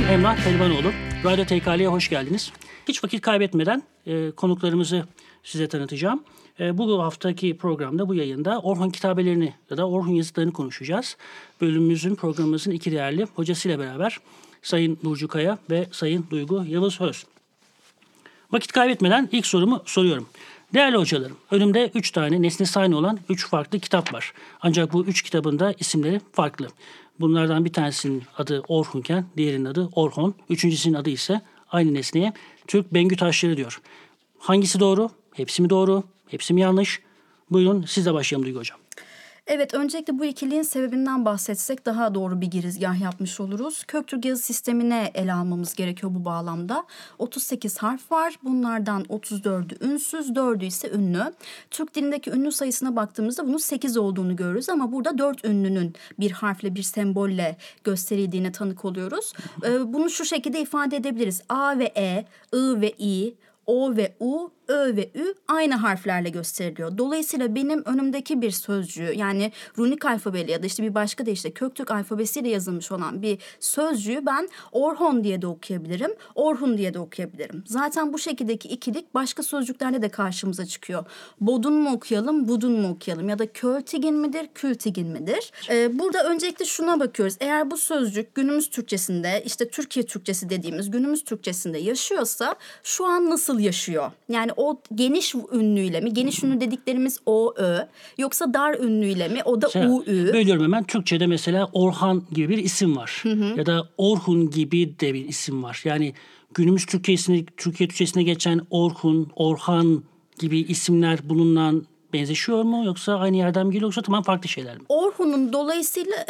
Emrah Pelivanoğlu. Radyo TKL'ye hoş geldiniz. Hiç vakit kaybetmeden konuklarımızı size tanıtacağım. Bu haftaki programda, bu yayında Orhun kitabelerini ya da Orhun yazıtlarını konuşacağız. Programımızın iki değerli hocasıyla beraber Sayın Burcu Kaya ve Sayın Duygu Yavuz Öz. Vakit kaybetmeden ilk sorumu soruyorum. Değerli hocalarım, önümde 3 tane nesnesi aynı olan 3 farklı kitap var. Ancak bu 3 kitabın da isimleri farklı. Bunlardan bir tanesinin adı Orhunken, diğerinin adı Orhon, üçüncüsünün adı ise aynı nesneye Türk Bengü Taşları diyor. Hangisi doğru? Hepsi mi doğru? Hepsi mi yanlış? Buyurun sizle başlayalım Duygu Hocam. Evet, öncelikle bu ikiliğin sebebinden bahsetsek daha doğru bir girizgah yapmış oluruz. Köktürk yazı sistemine ele almamız gerekiyor bu bağlamda. 38 harf var. Bunlardan 34'ü ünsüz, 4'ü ise ünlü. Türk dilindeki ünlü sayısına baktığımızda bunun 8 olduğunu görürüz ama burada 4 ünlünün bir harfle, bir sembolle gösterildiğine tanık oluyoruz. Bunu şu şekilde ifade edebiliriz. A ve E, I ve İ, O ve U, Ö ve Ü aynı harflerle gösteriliyor. Dolayısıyla benim önümdeki bir sözcüğü, yani runik alfabeyle ya da işte bir başka da işte Köktürk alfabesiyle yazılmış olan bir sözcüğü ben Orhon diye de okuyabilirim, Orhun diye de okuyabilirim. Zaten bu şekildeki ikilik başka sözcüklerle de karşımıza çıkıyor. Bodun mu okuyalım, budun mu okuyalım ya da Költigin midir, Kültigin midir? Burada öncelikle şuna bakıyoruz. Eğer bu sözcük günümüz Türkçesinde, işte Türkiye Türkçesi dediğimiz günümüz Türkçesinde yaşıyorsa şu an nasıl yaşıyor? Yani o geniş ünlüyle mi? Geniş ünlü dediklerimiz O, Ö. Yoksa dar ünlüyle mi? O da U, Ü. Bölüyorum hemen. Türkçe'de mesela Orhan gibi bir isim var. Ya da Orhun gibi de bir isim var. Yani günümüz Türkiye Türkçesine geçen Orhun, Orhan gibi isimler bununla benzeşiyor mu? Yoksa aynı yerden mi geliyor, yoksa tamamen farklı şeyler mi? Orhun'un dolayısıyla...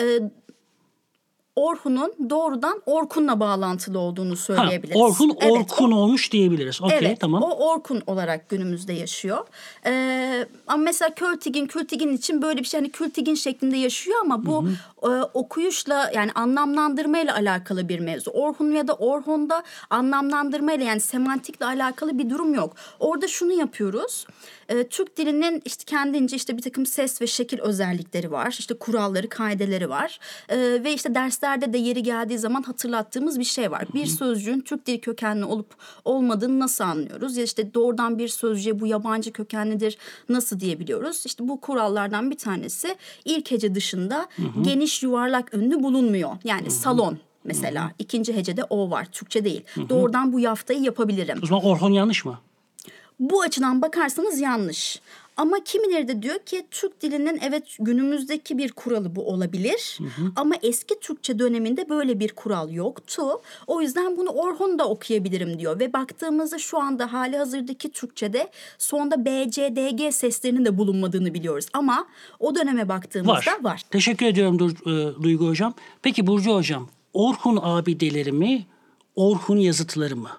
Orhun'un doğrudan Orkun'la bağlantılı olduğunu söyleyebiliriz. Orhun, evet, Orkun olmuş diyebiliriz. Okey, evet, tamam. O Orkun olarak günümüzde yaşıyor. Ama mesela Kültigin için böyle bir şey, hani Kültigin şeklinde yaşıyor ama bu okuyuşla, yani anlamlandırmayla alakalı bir mevzu. Orhun ya da Orhon'da anlamlandırmayla, yani semantikle alakalı bir durum yok. Orada şunu yapıyoruz. Türk dilinin işte kendince işte bir takım ses ve şekil özellikleri var. İşte kuralları, kaideleri var. Ve işte derslerde de yeri geldiği zaman hatırlattığımız bir şey var. Bir sözcüğün Türk dili kökenli olup olmadığını nasıl anlıyoruz? Ya işte doğrudan bir sözcüğe bu yabancı kökenlidir nasıl diyebiliyoruz? İşte bu kurallardan bir tanesi, ilk hece dışında geniş yuvarlak ünlü bulunmuyor. Yani salon mesela ikinci hecede O var. Türkçe değil. Doğrudan bu yaftayı yapabilirim. O zaman Orhun yanlış mı? Bu açıdan bakarsanız yanlış. Ama kimileri de diyor ki Türk dilinin evet günümüzdeki bir kuralı bu olabilir. Ama eski Türkçe döneminde böyle bir kural yoktu. O yüzden bunu Orhun'da okuyabilirim diyor. Ve baktığımızda şu anda hali hazırdaki Türkçe'de sonda B, C, D, G seslerinin de bulunmadığını biliyoruz. Ama o döneme baktığımızda var. Teşekkür ediyorum Duygu Hocam. Peki Burcu Hocam, Orhun abideleri mi, Orhun yazıtları mı?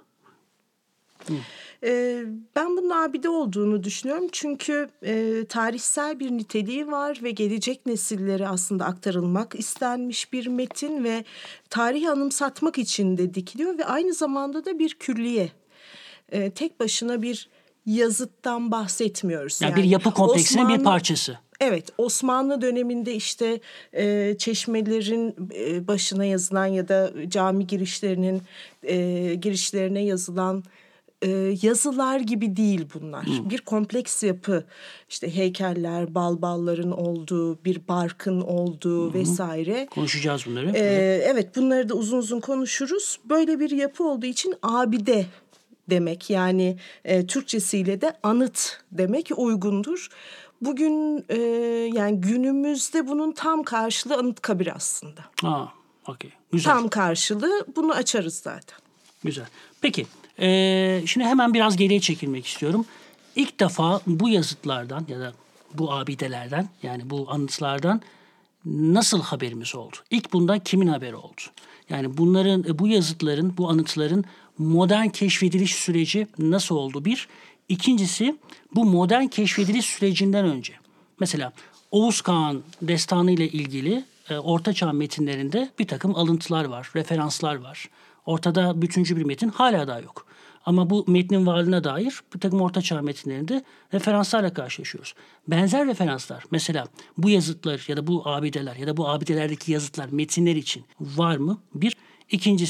Ben bunun abide olduğunu düşünüyorum. Çünkü tarihsel bir niteliği var ve gelecek nesillere aslında aktarılmak istenmiş bir metin ve tarihi anımsatmak için de dikiliyor ve aynı zamanda da bir külliye. Tek başına bir yazıttan bahsetmiyoruz. Yani bir yapı kompleksinin bir parçası. Evet, Osmanlı döneminde işte çeşmelerin başına yazılan ya da cami girişlerine yazılan yazılar gibi değil bunlar. Bir kompleks yapı, işte heykeller, balbalların olduğu, bir barkın olduğu vesaire. Konuşacağız bunları. Evet, bunları da uzun uzun konuşuruz. Böyle bir yapı olduğu için abide demek, yani Türkçesiyle de anıt demek uygundur. Bugün yani günümüzde bunun tam karşılığı Anıtkabir aslında. Okay. Güzel. Tam karşılığı, bunu açarız zaten. Güzel. Peki. Şimdi hemen biraz geriye çekilmek istiyorum. İlk defa bu yazıtlardan ya da bu abidelerden, yani bu anıtlardan nasıl haberimiz oldu? İlk bundan kimin haberi oldu? Yani bu yazıtların, bu anıtların modern keşfediliş süreci nasıl oldu? Bir. İkincisi, bu modern keşfediliş sürecinden önce. Mesela Oğuz Kağan destanı ile ilgili Ortaçağ metinlerinde bir takım alıntılar var, referanslar var. Ortada bütüncül bir metin hala daha yok. Ama bu metnin varlığına dair bir takım Ortaçağ metinlerinde referanslarla karşılaşıyoruz. Benzer referanslar mesela bu yazıtlar ya da bu abideler ya da bu abidelerdeki yazıtlar, metinler için var mı? Bir. İkincisi,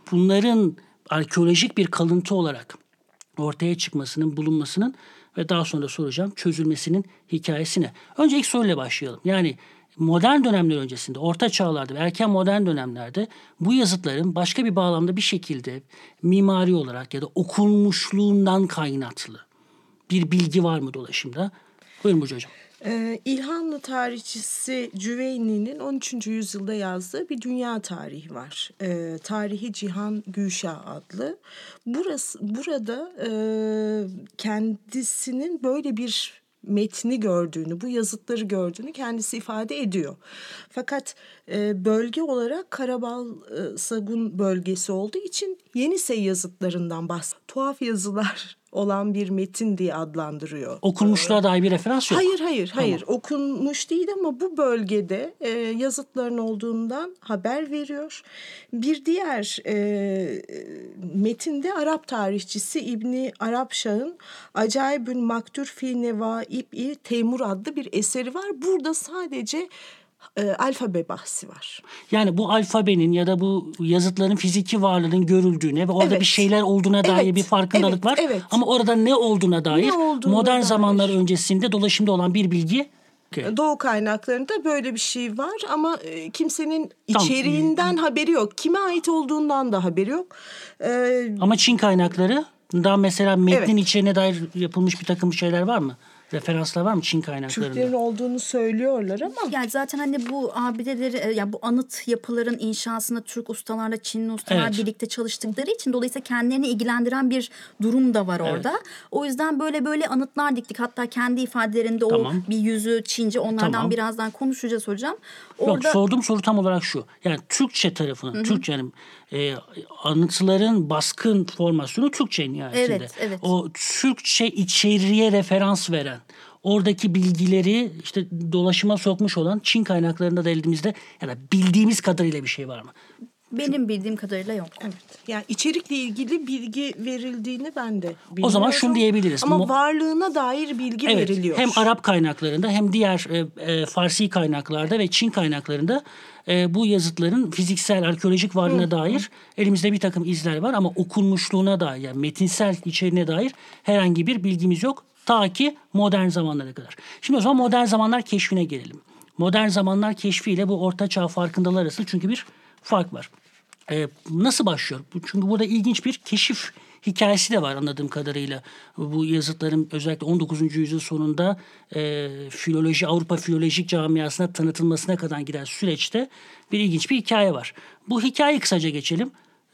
bunların arkeolojik bir kalıntı olarak ortaya çıkmasının, bulunmasının ve daha sonra soracağım çözülmesinin hikayesine. Önce ilk soruyla başlayalım. Yani modern dönemler öncesinde, orta çağlarda ve erken modern dönemlerde bu yazıtların başka bir bağlamda bir şekilde mimari olarak ya da okunmuşluğundan kaynaklı bir bilgi var mı dolaşımda? Buyurun Burcu Hocam. İlhanlı tarihçisi Cüveyni'nin 13. yüzyılda yazdığı bir dünya tarihi var. Tarihi Cihan Gülşah adlı. Burada kendisinin böyle bir metni gördüğünü, bu yazıtları gördüğünü kendisi ifade ediyor. Fakat bölge olarak Karabal-Sagun bölgesi olduğu için Yenisey yazıtlarından bahsediyor. Tuhaf yazılar olan bir metin diye adlandırıyor. Okunmuşluğa dair bir referans yok. Hayır. Okunmuş değil ama bu bölgede yazıtların olduğundan haber veriyor. Bir diğer metinde Arap tarihçisi İbni Arapşah'ın Acayibül Maktur fi Nevaib-i Teymur adlı bir eseri var. Burada sadece alfabe bahsi var. Yani bu alfabenin ya da bu yazıtların fiziki varlığının görüldüğüne ve orada bir şeyler olduğuna dair bir farkındalık var. Evet. Ama orada ne olduğuna dair modern zamanlar öncesinde dolaşımda olan bir bilgi. Doğu kaynaklarında böyle bir şey var ama kimsenin içeriğinden haberi yok. Kime ait olduğundan da haberi yok. Ama Çin kaynakları daha mesela metnin içeriğine dair yapılmış bir takım şeyler var mı? Referanslar var mı Çin kaynaklarında? Türklerin olduğunu söylüyorlar ama. Yani zaten hani bu abideleri, yani bu anıt yapıların inşasında Türk ustalarla Çinli ustalar birlikte çalıştıkları için dolayısıyla kendilerini ilgilendiren bir durum da var orada. O yüzden böyle anıtlar diktik. Hatta kendi ifadelerinde o bir yüzü Çince, onlardan birazdan konuşacağız hocam. Yok, sorduğum soru tam olarak şu. Yani Türkçe tarafının, Türkçe yani anıtların baskın formasyonu Türkçe nihayetinde. Evet. O Türkçe içeriğe referans veren, oradaki bilgileri işte dolaşıma sokmuş olan Çin kaynaklarında da elimizde ya da bildiğimiz kadarıyla bir şey var mı? Benim bildiğim kadarıyla yok. Evet. Yani içerikle ilgili bilgi verildiğini ben de bilmiyorum. O zaman şunu diyebiliriz. Ama varlığına dair bilgi veriliyor. Hem Arap kaynaklarında hem diğer Farsi kaynaklarda ve Çin kaynaklarında bu yazıtların fiziksel, arkeolojik varlığına dair elimizde bir takım izler var ama okunmuşluğuna dair, yani metinsel içeriğine dair herhangi bir bilgimiz yok. Ta ki modern zamanlara kadar. Şimdi o zaman modern zamanlar keşfine gelelim. Modern zamanlar keşfiyle bu orta çağ farkındalığı arasında çünkü bir fark var. Nasıl başlıyor? Çünkü burada ilginç bir keşif hikayesi de var anladığım kadarıyla. Bu yazıtların özellikle 19. yüzyıl sonunda filoloji, Avrupa filolojik camiasına tanıtılmasına kadar giden süreçte bir ilginç bir hikaye var. Bu hikayeyi kısaca geçelim.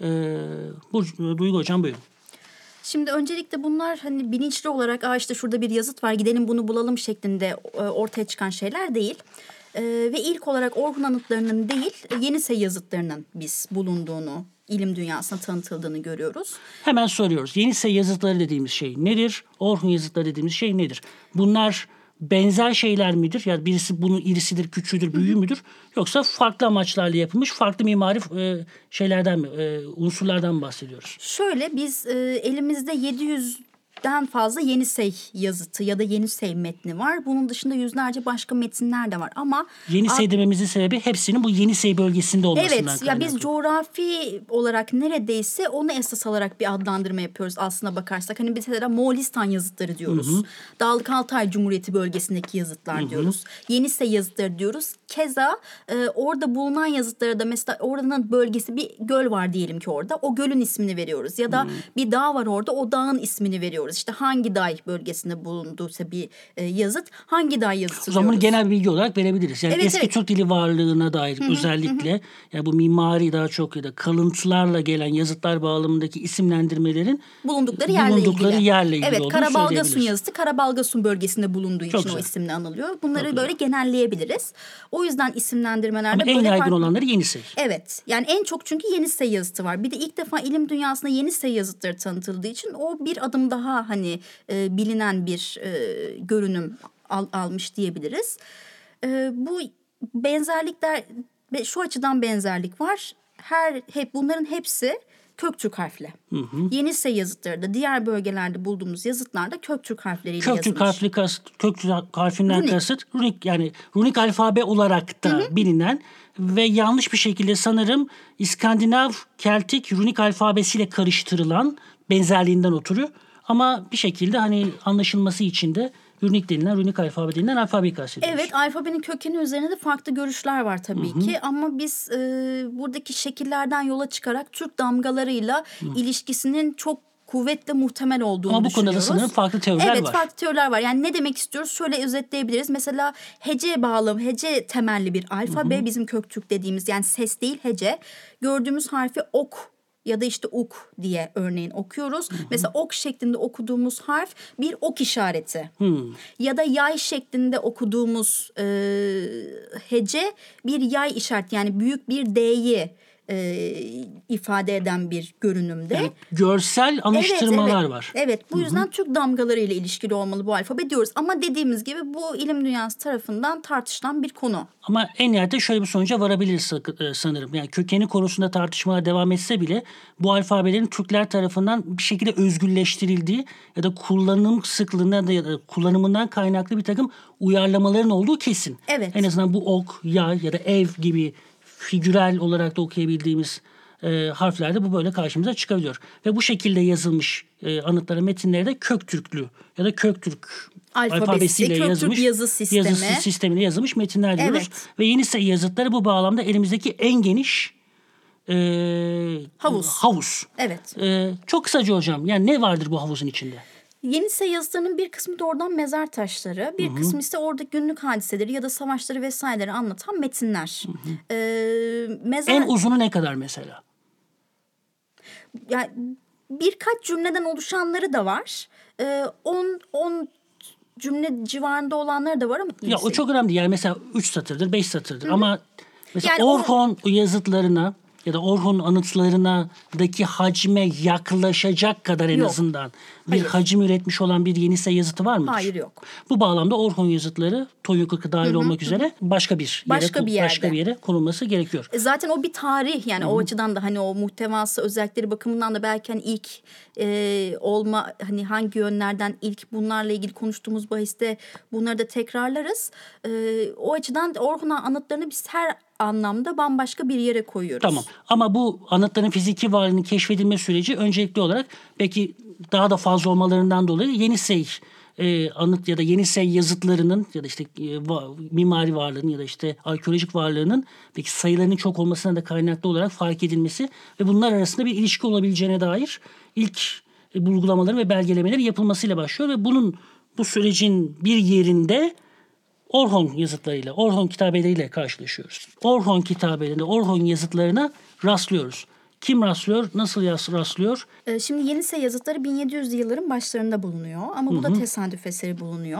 Duygu Hocam buyurun. Şimdi öncelikle bunlar hani bilinçli olarak işte şurada bir yazıt var gidelim bunu bulalım şeklinde ortaya çıkan şeyler değil. Ve ilk olarak Orhun anıtlarının değil Yenisey yazıtlarının biz bulunduğunu, ilim dünyasına tanıtıldığını görüyoruz. Hemen soruyoruz. Yenisey yazıtları dediğimiz şey nedir? Orhun yazıtları dediğimiz şey nedir? Bunlar benzer şeyler midir? Yani birisi bunun irisidir, küçüğüdür, büyüğü müdür? Yoksa farklı amaçlarla yapılmış, farklı mimari şeylerden mi, unsurlardan mı bahsediyoruz? Şöyle biz elimizde 700'den fazla Yenisey yazıtı ya da Yenisey metni var. Bunun dışında yüzlerce başka metinler de var ama Yenisey dememizin sebebi hepsinin bu Yenisey bölgesinde olmasından kaynaklı. Evet, ya biz coğrafi olarak neredeyse onu esas alarak bir adlandırma yapıyoruz aslına bakarsak. Hani mesela Moğolistan yazıtları diyoruz. Dağlık Altay Cumhuriyeti bölgesindeki yazıtlar diyoruz. Yenisey yazıtları diyoruz. Keza orada bulunan yazıtlara da mesela oranın bölgesi bir göl var diyelim ki orada. O gölün ismini veriyoruz. Ya da bir dağ var orada o dağın ismini veriyoruz. İşte hangi dağ bölgesinde bulunduysa bir yazıt hangi dağ yazıtı O zaman bunu diyoruz. genel bir bilgi olarak verebiliriz. Yani eski Türk dili varlığına dair özellikle yani bu mimari daha çok ya da kalıntılarla gelen yazıtlar bağlamındaki isimlendirmelerin bulundukları yerle ilgili. Evet, olduğunu Karabalgasun yazıtı Karabalgasun bölgesinde bulunduğu çok için güzel. o isimle anılıyor. Bunları böyle genelleyebiliriz. O yüzden isimlendirmelerde ama en böyle yaygın olanları Yenisey. Evet. Yani en çok çünkü Yenisey yazıtı var. Bir de ilk defa ilim dünyasında Yenisey yazıtları tanıtıldığı için o bir adım daha hani bilinen bir görünüm almış diyebiliriz. Bu benzerlikler şu açıdan benzerlik var. Bunların hepsi Köktürk harfli. Yenisey yazıtları da diğer bölgelerde bulduğumuz yazıtlarda Köktürk harfleriyle yazılmış. Köktürk harfinden kasıt runik, yani runik alfabe olarak da bilinen ve yanlış bir şekilde sanırım İskandinav Keltik runik alfabesiyle karıştırılan benzerliğinden ötürü, ama bir şekilde hani anlaşılması için de runik alfabe denilen alfabeyi kastediyoruz. Evet, alfabenin kökeni üzerine de farklı görüşler var tabii ki. Ama biz buradaki şekillerden yola çıkarak Türk damgalarıyla ilişkisinin çok kuvvetle muhtemel olduğunu ama bu konuda da düşünüyoruz. sanırım farklı teoriler var. Evet, farklı teoriler var. Yani ne demek istiyoruz? Şöyle özetleyebiliriz. Mesela hece temelli bir alfabe, bizim Köktürk dediğimiz, yani ses değil hece. Gördüğümüz harfi ok ya da işte uk diye örneğin okuyoruz. Mesela ok şeklinde okuduğumuz harf bir ok işareti. Ya da yay şeklinde okuduğumuz hece bir yay işareti, yani büyük bir D'yi ifade eden bir görünümde. Yani görsel anıştırmalar var. Evet, bu yüzden Türk damgaları ile ilişkili olmalı bu alfabe diyoruz. Ama dediğimiz gibi bu ilim dünyası tarafından tartışılan bir konu. Ama en nihayetinde şöyle bir sonuca varabiliriz sanırım. Yani kökeni konusunda tartışmalar devam etse bile bu alfabelerin Türkler tarafından bir şekilde özgürleştirildiği ya da kullanım sıklığından ya da kullanımından kaynaklı bir takım uyarlamaların olduğu kesin. Evet. En azından bu ok, yay ya da ev gibi figürel olarak da okuyabildiğimiz harflerde bu böyle karşımıza çıkabiliyor. Ve bu şekilde yazılmış anıtlara, metinlere de Köktürklü ya da Köktürk alfabesiyle yazılmış yazı sistemine yazılmış metinler diyoruz. Evet. Ve Yenisey yazıtları bu bağlamda elimizdeki en geniş havuz. Evet. Çok kısaca hocam, yani ne vardır bu havuzun içinde? Yenisey yazılarının bir kısmı doğrudan mezar taşları, bir kısmı ise orada günlük hadiseleri ya da savaşları vesaireleri anlatan metinler. En uzunu ne kadar mesela? Yani birkaç cümleden oluşanları da var. 10 cümle civarında olanları da var ama. Ya o çok önemli değil. Yani mesela 3 satırdır, 5 satırdır. Ama mesela Yani Orhon yazıtlarına ya da Orhon anıtlarındaki hacme yaklaşacak kadar en azından bir hacim üretmiş olan bir Yenisey yazıtı var mıdır? Hayır, yok. Bu bağlamda Orhon yazıtları Tonyukakı dahil olmak üzere başka bir yere konulması gerekiyor. Zaten o bir tarih, yani o açıdan da hani o muhtevası özellikleri bakımından da belki hani ilk hani hangi yönlerden ilk bunlarla ilgili konuştuğumuz bahiste bunları da tekrarlarız. O açıdan Orhon anıtlarını biz her anlamda bambaşka bir yere koyuyoruz. Tamam, ama bu anıtların fiziki varlığının keşfedilme süreci öncelikli olarak belki daha da fazla olmalarından dolayı Yenisey anıt ya da Yenisey yazıtlarının ya da işte mimari varlığının ya da işte arkeolojik varlığının belki sayılarının çok olmasına da kaynaklı olarak fark edilmesi ve bunlar arasında bir ilişki olabileceğine dair ilk bulgulamaların ve belgelemelerin yapılmasıyla başlıyor ve bu sürecin bir yerinde Orhon yazıtlarıyla, Orhon kitabeleriyle karşılaşıyoruz. Orhon kitabelerinde, Orhon yazıtlarına rastlıyoruz. Kim rastlıyor? Nasıl rastlıyor? Şimdi Yenisey yazıtları 1700'lü yılların başlarında bulunuyor. Ama bu da tesadüf eseri bulunuyor.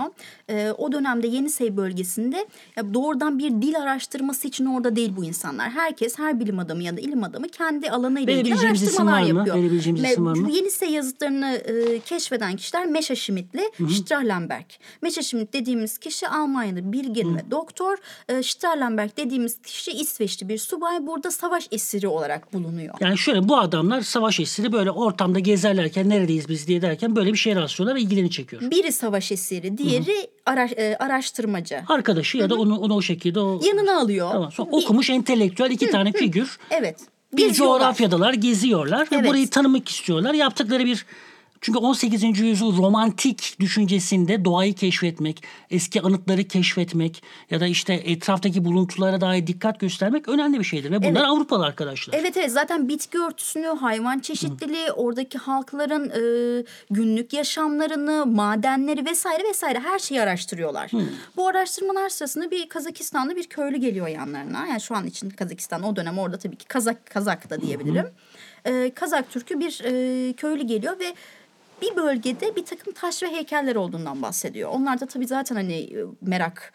O dönemde Yenisey bölgesinde doğrudan bir dil araştırması için orada değil bu insanlar. Herkes, her bilim adamı ya da ilim adamı kendi alanıyla ilgili araştırmalar yapıyor. Verebileceğimiz isim var mı? Yenisey yazıtlarını keşfeden kişiler Messerschmitt'li Strahlenberg. Messerschmitt dediğimiz kişi Almanya'da bilgin ve doktor. Strahlenberg dediğimiz kişi İsveçli bir subay. Burada savaş esiri olarak bulunuyor. Yani şöyle, bu adamlar savaş esiri böyle ortamda gezerlerken neredeyiz biz diye derken böyle bir şeye rastlıyorlar ve ilgilerini çekiyor. Biri savaş esiri, diğeri araştırmacı. Arkadaşı ya da onu o şekilde yanına alıyor. Tamam. Sonra okumuş entelektüel iki tane figür. Evet. Bir coğrafyadalar, geziyorlar ve Evet. burayı tanımak istiyorlar. Yaptıkları çünkü 18. yüzyıl romantik düşüncesinde doğayı keşfetmek, eski anıtları keşfetmek ya da işte etraftaki buluntulara dair dikkat göstermek önemli bir şeydir. Ve bunlar Avrupalı arkadaşlar. Evet, zaten bitki örtüsünü, hayvan çeşitliliği, oradaki halkların günlük yaşamlarını, madenleri vesaire her şeyi araştırıyorlar. Bu araştırmalar sırasında bir Kazakistanlı bir köylü geliyor yanlarına. Yani şu an için Kazakistan, o dönem orada tabii ki Kazak da diyebilirim. Kazak Türk'ü bir köylü geliyor ve bir bölgede bir takım taş ve heykeller olduğundan bahsediyor. Onlar da tabii zaten hani merak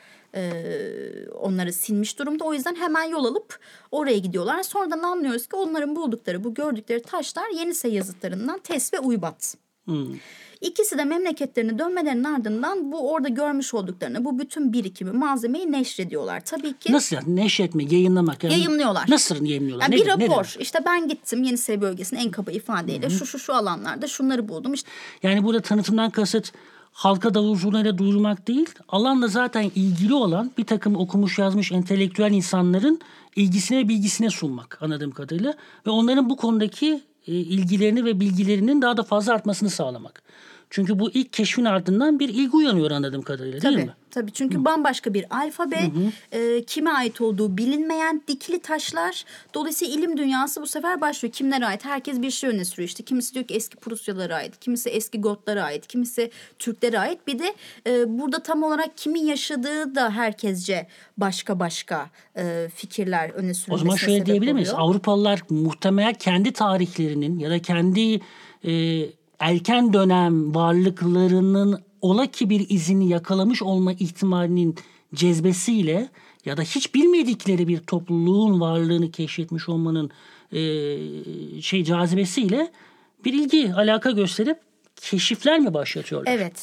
onları silmiş durumda. O yüzden hemen yol alıp oraya gidiyorlar. Sonradan anlıyoruz ki onların buldukları, bu gördükleri taşlar Yenisey yazıtlarından Tes ve Uybat. İkisi de memleketlerine dönmelerinin ardından bu orada görmüş olduklarını, bu bütün birikimi, malzemeyi neşrediyorlar. Tabii ki. Nasıl yani? Neşretmek, yayınlamak. Yani yayınlıyorlar. Nasıl yayınlıyorlar? Yani bir rapor. Nedir? İşte ben gittim Yenisey bölgesinin en kaba ifadeyle şu alanlarda şunları buldum. İşte Yani burada tanıtımdan kasıt halka davulculuğuyla duyurmak değil, alanla zaten ilgili olan bir takım okumuş yazmış entelektüel insanların ilgisine bilgisine sunmak anladığım kadarıyla. Ve onların bu konudaki ilgilerini ve bilgilerinin daha da fazla artmasını sağlamak. Çünkü bu ilk keşfin ardından bir ilgi uyanıyor anladığım kadarıyla değil mi? Tabii çünkü bambaşka bir alfabe, kime ait olduğu bilinmeyen dikili taşlar. Dolayısıyla ilim dünyası bu sefer başlıyor. Kimlere ait? Herkes bir şey öne sürüyor. İşte kimisi diyor ki eski Prusyalara ait, kimisi eski Gotlara ait, kimisi Türklere ait. Bir de burada tam olarak kimin yaşadığı da herkesce başka fikirler öne sürülmesine O zaman şöyle sebep diyebilir miyiz? oluyor. Avrupalılar muhtemelen kendi tarihlerinin ya da kendi erken dönem varlıklarının ola ki bir izini yakalamış olma ihtimalinin cezbesiyle ya da hiç bilmedikleri bir topluluğun varlığını keşfetmiş olmanın cazibesiyle bir ilgi, alaka gösterip keşifler mi başlatıyorlar? Evet,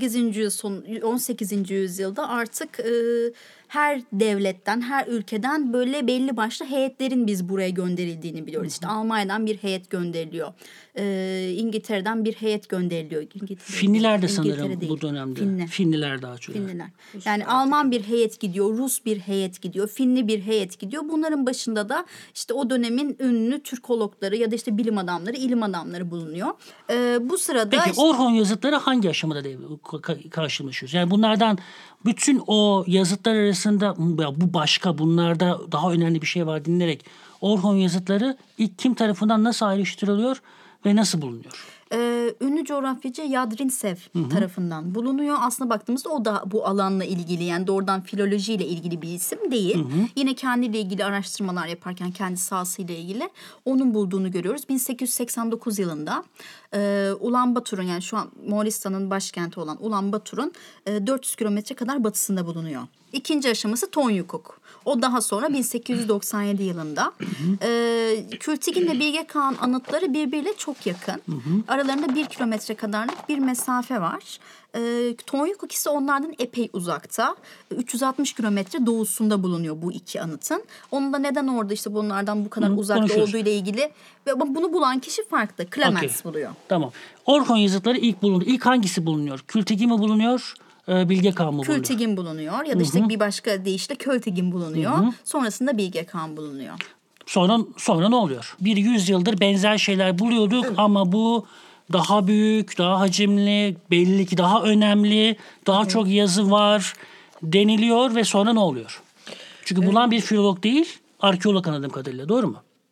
18. yüzyılda artık her devletten, her ülkeden böyle belli başlı heyetlerin biz buraya gönderildiğini biliyoruz. İşte Almanya'dan bir heyet gönderiliyor. İngiltere'den bir heyet gönderiliyor. Finliler de sanırım İngiltere bu değil. dönemde. Finliler daha çok. Finliler. Yani Alman bir heyet gidiyor, Rus bir heyet gidiyor, Finli bir heyet gidiyor. Bunların başında da işte o dönemin ünlü Türkologları ya da işte bilim adamları, ilim adamları bulunuyor. Bu sırada... Peki Orhon yazıtları hangi aşamada karşılaşıyoruz? Yani bunlardan bütün o yazıtlar arasında bu başka, bunlarda daha önemli bir şey var denilerek Orhon yazıtları ilk kim tarafından nasıl ayrıştırılıyor ve nasıl bulunuyor? Ünlü coğrafyacı Yadrinsev tarafından bulunuyor. Aslında baktığımızda o da bu alanla ilgili, yani doğrudan filolojiyle ilgili bir isim değil. Yine kendiyle ilgili araştırmalar yaparken kendi sahasıyla ilgili onun bulduğunu görüyoruz. 1889 yılında Ulanbator'un, yani şu an Moğolistan'ın başkenti olan Ulanbator'un 400 kilometre kadar batısında bulunuyor. İkinci aşaması Tonyukuk. O daha sonra 1897 yılında. Kültigin ile Bilge Kağan anıtları birbiriyle çok yakın. Aralarında 1 kilometre kadarlık bir mesafe var. Tonyukuk ise onlardan epey uzakta. 360 kilometre doğusunda bulunuyor bu iki anıtın. Onun da neden orada işte bunlardan bu kadar uzakta olduğu ile ilgili ve bunu bulan kişi farklı. Clemens buluyor. Tamam. Orhon yazıtları ilk bulundu. İlk hangisi bulunuyor? Kültigin mi bulunuyor? Bilge Kağan mı bulunuyor? Kültigin bulunuyor ya da işte bir başka deyişle Költigin bulunuyor. Sonrasında Bilge Kağan bulunuyor. Sonra ne oluyor? Bir 100 yıldır benzer şeyler buluyorduk ama bu daha büyük, daha hacimli, belli ki daha önemli, daha çok yazı var deniliyor ve sonra ne oluyor? Çünkü bulan bir filolog değil, arkeolog anladığım kadarıyla, doğru mu?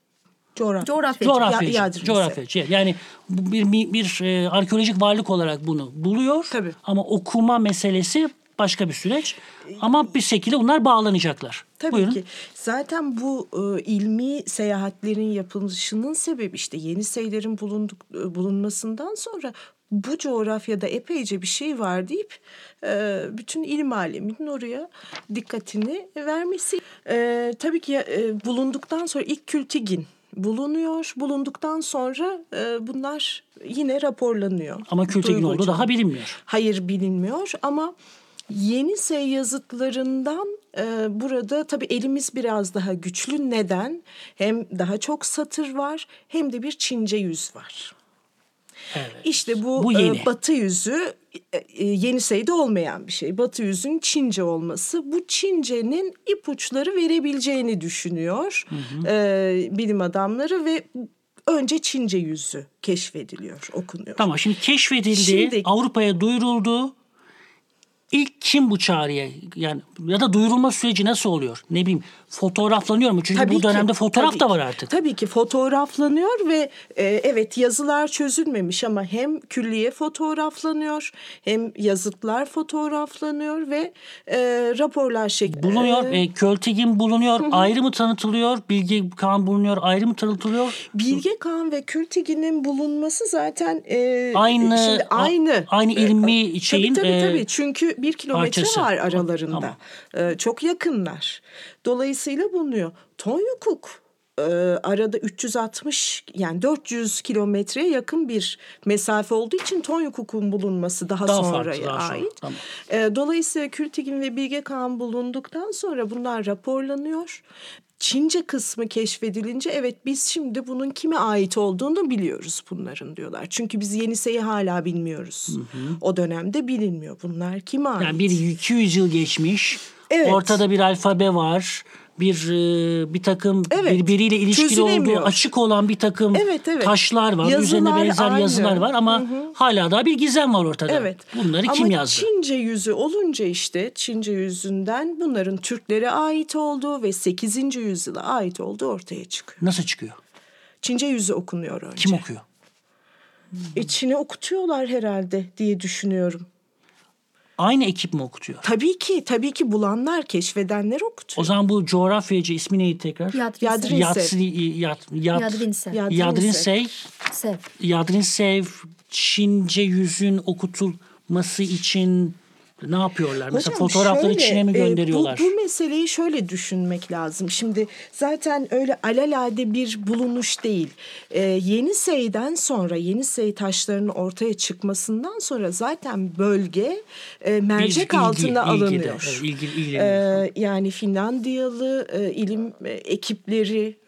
Coğrafyacı. Yani bir arkeolojik varlık olarak bunu buluyor. Tabii. Ama okuma meselesi başka bir süreç. Ama bir şekilde bunlar bağlanacaklar. Tabii Buyurun. ki. Zaten bu ilmi seyahatlerin yapılışının sebebi işte Yeniseylerin bulunmasından sonra bu coğrafyada epeyce bir şey var deyip bütün ilim aleminin oraya dikkatini vermesi. Tabii ki bulunduktan sonra ilk Kültigin bulunuyor. Bulunduktan sonra bunlar yine raporlanıyor. Ama Kültigin olduğu daha bilinmiyor. Hayır, bilinmiyor ama Yenisey yazıtlarından burada tabii elimiz biraz daha güçlü. Neden? Hem daha çok satır var hem de bir Çince yüz var. Evet. İşte bu Batı yüzü Yenisey'de olmayan bir şey. Batı yüzün Çince olması, bu Çince'nin ipuçları verebileceğini düşünüyor bilim adamları ve önce Çince yüzü keşfediliyor, okunuyor. Tamam, şimdi keşfedildi, Avrupa'ya duyuruldu. İlk kim bu çağrıya, yani ya da duyurulma süreci nasıl oluyor? Ne bileyim, fotoğraflanıyor mu? Çünkü bu dönemde fotoğraf da var artık. Tabii ki fotoğraflanıyor ve evet, yazılar çözülmemiş ama hem külliye fotoğraflanıyor hem yazıtlar fotoğraflanıyor ve raporlar şeklinde. Bulunuyor. Költigin bulunuyor. Ayrı mı tanıtılıyor? Bilge Kağan bulunuyor. Ayrı mı tanıtılıyor? Bilge Kağan ve Kültigin'in bulunması zaten aynı ilmi şeyin. Tabii. Çünkü 1 kilometre parçası var aralarında. Tamam. Çok yakınlar. Dolayısıyla bulunuyor. Tonyukuk arada 360 yani 400 kilometreye yakın bir mesafe olduğu için ton hukukun bulunması daha sonraya ait. Tamam. Dolayısıyla Kültigin ve Bilge Kağan bulunduktan sonra bunlar raporlanıyor. Çince kısmı keşfedilince evet biz şimdi bunun kime ait olduğunu biliyoruz bunların diyorlar. Çünkü biz Yenisei'yi hala bilmiyoruz. O dönemde bilinmiyor. Bunlar kime ait? Yani 200 yıl geçmiş. Evet. Ortada bir alfabe var. Bir takım birbiriyle ilişkili olduğu açık olan bir takım taşlar var. Yazılar üzerine benzer aynı. yazılar var ama hala daha bir gizem var ortada. Evet. Bunları kim yazdı? Ama Çince yüzü olunca işte Çince yüzünden bunların Türklere ait olduğu ve 8. yüzyıla ait olduğu ortaya çıkıyor. Nasıl çıkıyor? Çince yüzü okunuyor önce. Kim okuyor? Çin'e okutuyorlar herhalde diye düşünüyorum. Aynı ekip mi okutuyor? Tabii ki bulanlar, keşfedenler okutuyor. O zaman bu coğrafyacı ismi neydi tekrar? Yadrinsev Çince yüzün okutulması için ne yapıyorlar? Mesela fotoğrafları Çin'e mi gönderiyorlar? Bu meseleyi şöyle düşünmek lazım. Şimdi zaten öyle alelade bir bulunuş değil. Yenisei'den sonra, Yenisei taşlarının ortaya çıkmasından sonra zaten bölge mercek altına alınıyor. Yani Finlandiyalı ilim ekipleri,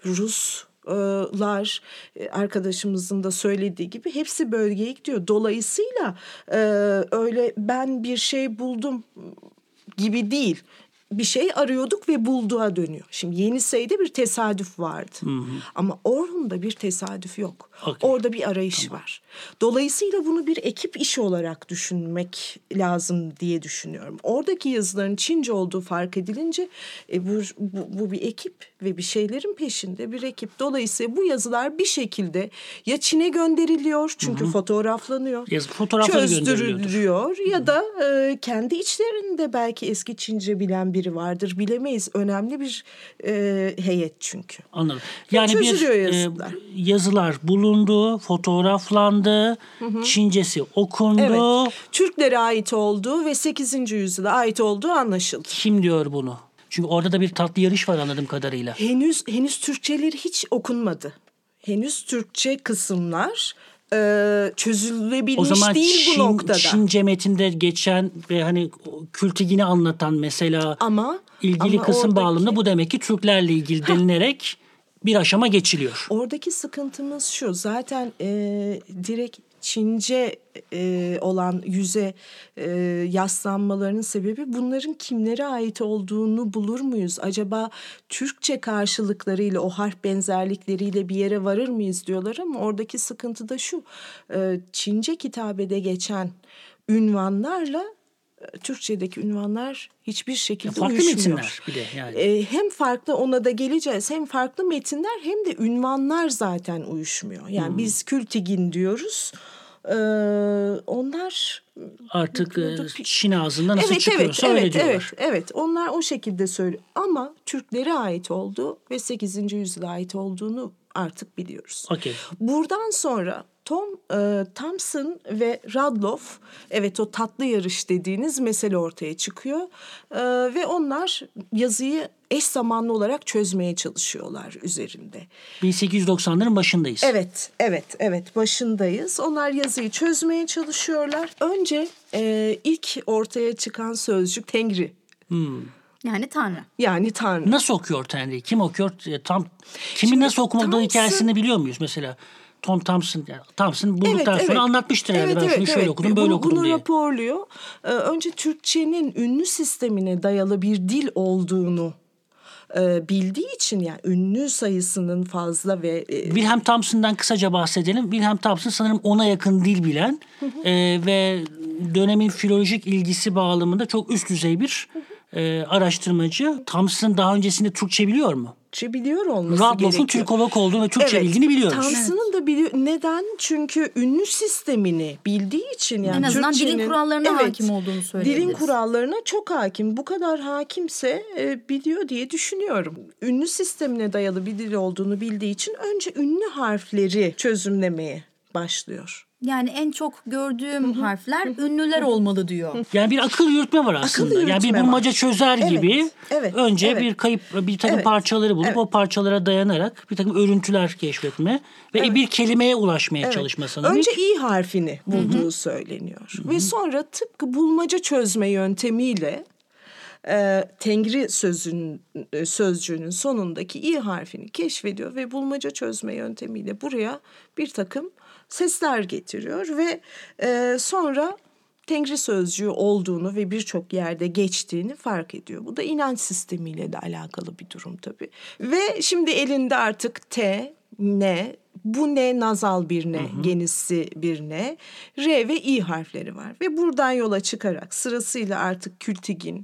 Ruslar arkadaşımızın da söylediği gibi hepsi bölgeye gidiyor. Dolayısıyla öyle ben bir şey buldum gibi değil. Bir şey arıyorduk ve bulduğuna dönüyor. Şimdi Yenisei'de bir tesadüf vardı. Ama Orhun'da bir tesadüf yok. Orada bir arayış var. Dolayısıyla bunu bir ekip işi olarak düşünmek lazım diye düşünüyorum. Oradaki yazıların Çince olduğu fark edilince bu bir ekip ve bir şeylerin peşinde bir ekip. Dolayısıyla bu yazılar bir şekilde ya Çin'e gönderiliyor çünkü fotoğraflanıyor. Çözdürülüyor ya da kendi içlerinde belki eski Çince bilen biri vardır, bilemeyiz. Önemli bir heyet çünkü. Anladım. Yani yazılar bulundu, fotoğraflandı, Çincesi okundu. Evet. Türklere ait olduğu ve 8. yüzyıla ait olduğu anlaşıldı. Kim diyor bunu? Çünkü orada da bir tatlı yarış var anladığım kadarıyla. Henüz Türkçeleri hiç okunmadı. Henüz Türkçe kısımlar çözülebilmiş değil bu noktada. Çince metinde geçen ve hani Kültigin'i anlatan mesela ilgili kısım bağlamında bu demek ki Türklerle ilgili denilerek bir aşama geçiliyor. Oradaki sıkıntımız şu zaten direkt Çince olan yüze yaslanmalarının sebebi bunların kimlere ait olduğunu bulur muyuz? Acaba Türkçe karşılıklarıyla o harf benzerlikleriyle bir yere varır mıyız diyorlar ama oradaki sıkıntı da şu. Çince kitabede geçen ünvanlarla Türkçedeki ünvanlar hiçbir şekilde farklı uyuşmuyor. Metinler bir de yani. Hem farklı ona da geleceğiz. Hem farklı metinler hem de ünvanlar zaten uyuşmuyor. Yani biz Kültigin diyoruz. Onlar artık Çin ağzından nasıl çıkıyorsa öyle diyorlar. Evet. Onlar o şekilde söylüyor. Ama Türklere ait olduğu ve 8. yüzyıla ait olduğunu artık biliyoruz. Okay. Buradan sonra Thomson ve Radloff, evet o tatlı yarış dediğiniz mesele ortaya çıkıyor. Ve onlar yazıyı eş zamanlı olarak çözmeye çalışıyorlar üzerinde. 1890'ların başındayız. Evet başındayız. Onlar yazıyı çözmeye çalışıyorlar. Önce ilk ortaya çıkan sözcük Tengri. Yani Tanrı. Nasıl okuyor Tanrı'yı? Kim okuyor? Kimin nasıl okumadığı hikayesini biliyor muyuz mesela? Thomson bulduktan sonra anlatmıştır yani. Ben şunu şöyle okudum, böyle okudum diye. Bunu raporluyor. Önce Türkçenin ünlü sistemine dayalı bir dil olduğunu bildiği için yani ünlü sayısının fazla ve... Wilhelm Thomson'dan kısaca bahsedelim. Wilhelm Thomson sanırım 10'a yakın dil bilen ve dönemin filolojik ilgisi bağlamında çok üst düzey bir araştırmacı. Thomson daha öncesinde Türkçe biliyor mu? Türkçe biliyor olması gerekiyor. Radloff'un Türkolog olduğunu ve Türkçe bildiğini biliyoruz. Thomson'ın da biliyor. Neden? Çünkü ünlü sistemini bildiği için yani en azından dilin kurallarına hakim olduğunu söyleyebiliriz. Dilin kurallarına çok hakim. Bu kadar hakimse biliyor diye düşünüyorum. Ünlü sistemine dayalı bir dil olduğunu bildiği için önce ünlü harfleri çözümlemeye başlıyor. Yani en çok gördüğüm harfler ünlüler olmalı diyor. Yani bir akıl yürütme var aslında. Akıl Yani bir yürütme bulmaca var. çözer Evet, gibi evet, önce evet. bir takım Evet, parçaları bulup evet. o parçalara dayanarak bir takım örüntüler keşfetme ve bir kelimeye ulaşmaya Evet. çalışma sanırım. Önce i harfini bulduğu söyleniyor. Ve sonra tıpkı bulmaca çözme yöntemiyle Tengri sözcüğünün sonundaki i harfini keşfediyor ve bulmaca çözme yöntemiyle buraya bir takım sesler getiriyor ve sonra Tengri sözcüğü olduğunu ve birçok yerde geçtiğini fark ediyor. Bu da inanç sistemiyle de alakalı bir durum tabii. Ve şimdi elinde artık T, N, bu ne nazal bir ne, genisi bir ne, R ve İ harfleri var. Ve buradan yola çıkarak sırasıyla artık Kültigin,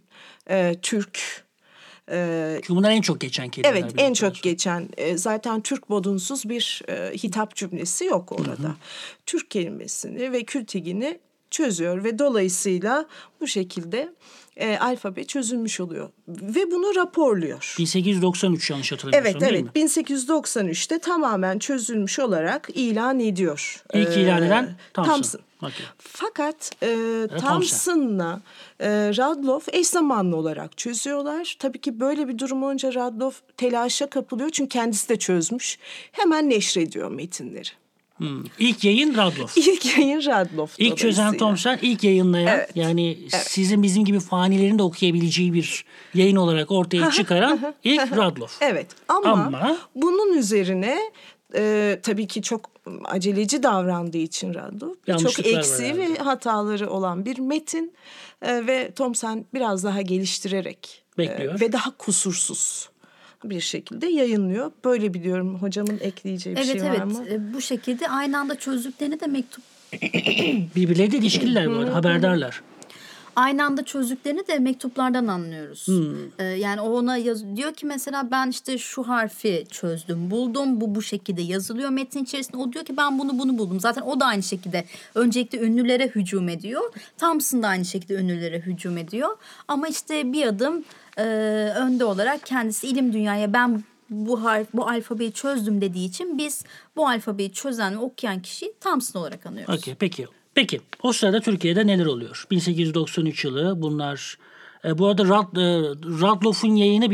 Türk. Çünkü bunlar en çok geçen kelimeler. Evet, en çok geçen. Zaten Türk bodunsuz bir hitap cümlesi yok orada. Türk kelimesini ve Kültigin'i çözüyor ve dolayısıyla bu şekilde alfabe çözülmüş oluyor ve bunu raporluyor. 1893 yanlış hatırlamıyorsam değil mi? 1893'te tamamen çözülmüş olarak ilan ediyor. İlk ilan eden Thomson. Okay. Fakat Thomson'la Radloff eş zamanlı olarak çözüyorlar. Tabii ki böyle bir durum olunca Radloff telaşa kapılıyor çünkü kendisi de çözmüş. Hemen neşrediyor metinleri. İlk yayın Radloff. İlk yayın Radloff. İlk çözen Thomson, ilk yayınlayan yani sizin bizim gibi fanilerin de okuyabileceği bir yayın olarak ortaya çıkaran ilk Radloff. Evet ama bunun üzerine tabii ki çok aceleci davrandığı için Radloff çok eksiği ve hataları olan bir metin ve Thomson biraz daha geliştirerek ve daha kusursuz bir şekilde yayınlıyor. Böyle biliyorum. Hocamın ekleyeceği bir şey var mı? Evet. Bu şekilde aynı anda çözdüklerini de mektup... Birbirleriyle ilişkililer bu arada. Haberdarlar. Aynı anda çözdüklerini de mektuplardan anlıyoruz. Yani o ona diyor ki mesela ben işte şu harfi çözdüm, buldum. Bu şekilde yazılıyor metin içerisinde. O diyor ki ben bunu buldum. Zaten o da aynı şekilde öncelikle ünlülere hücum ediyor. Thomson da aynı şekilde ünlülere hücum ediyor. Ama işte bir adım önde olarak kendisi ilim dünyaya ben bu alfabeyi çözdüm dediği için biz bu alfabeyi çözen ve okuyan kişiyi Thomson olarak anıyoruz. Okay, peki o sırada Türkiye'de neler oluyor? 1893 yılı bunlar. Bu arada Radloff'un yayını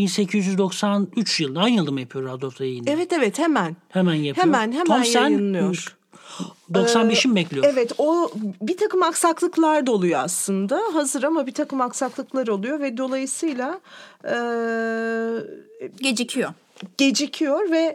1893 yılında. Aynı yılda mı yapıyor Radloff da yayını? Evet hemen. Hemen yapıyor. Hemen yayınlıyor. 95'i mi bekliyor? Evet, o bir takım aksaklıklar da oluyor aslında. Hazır ama bir takım aksaklıklar oluyor ve dolayısıyla gecikiyor ve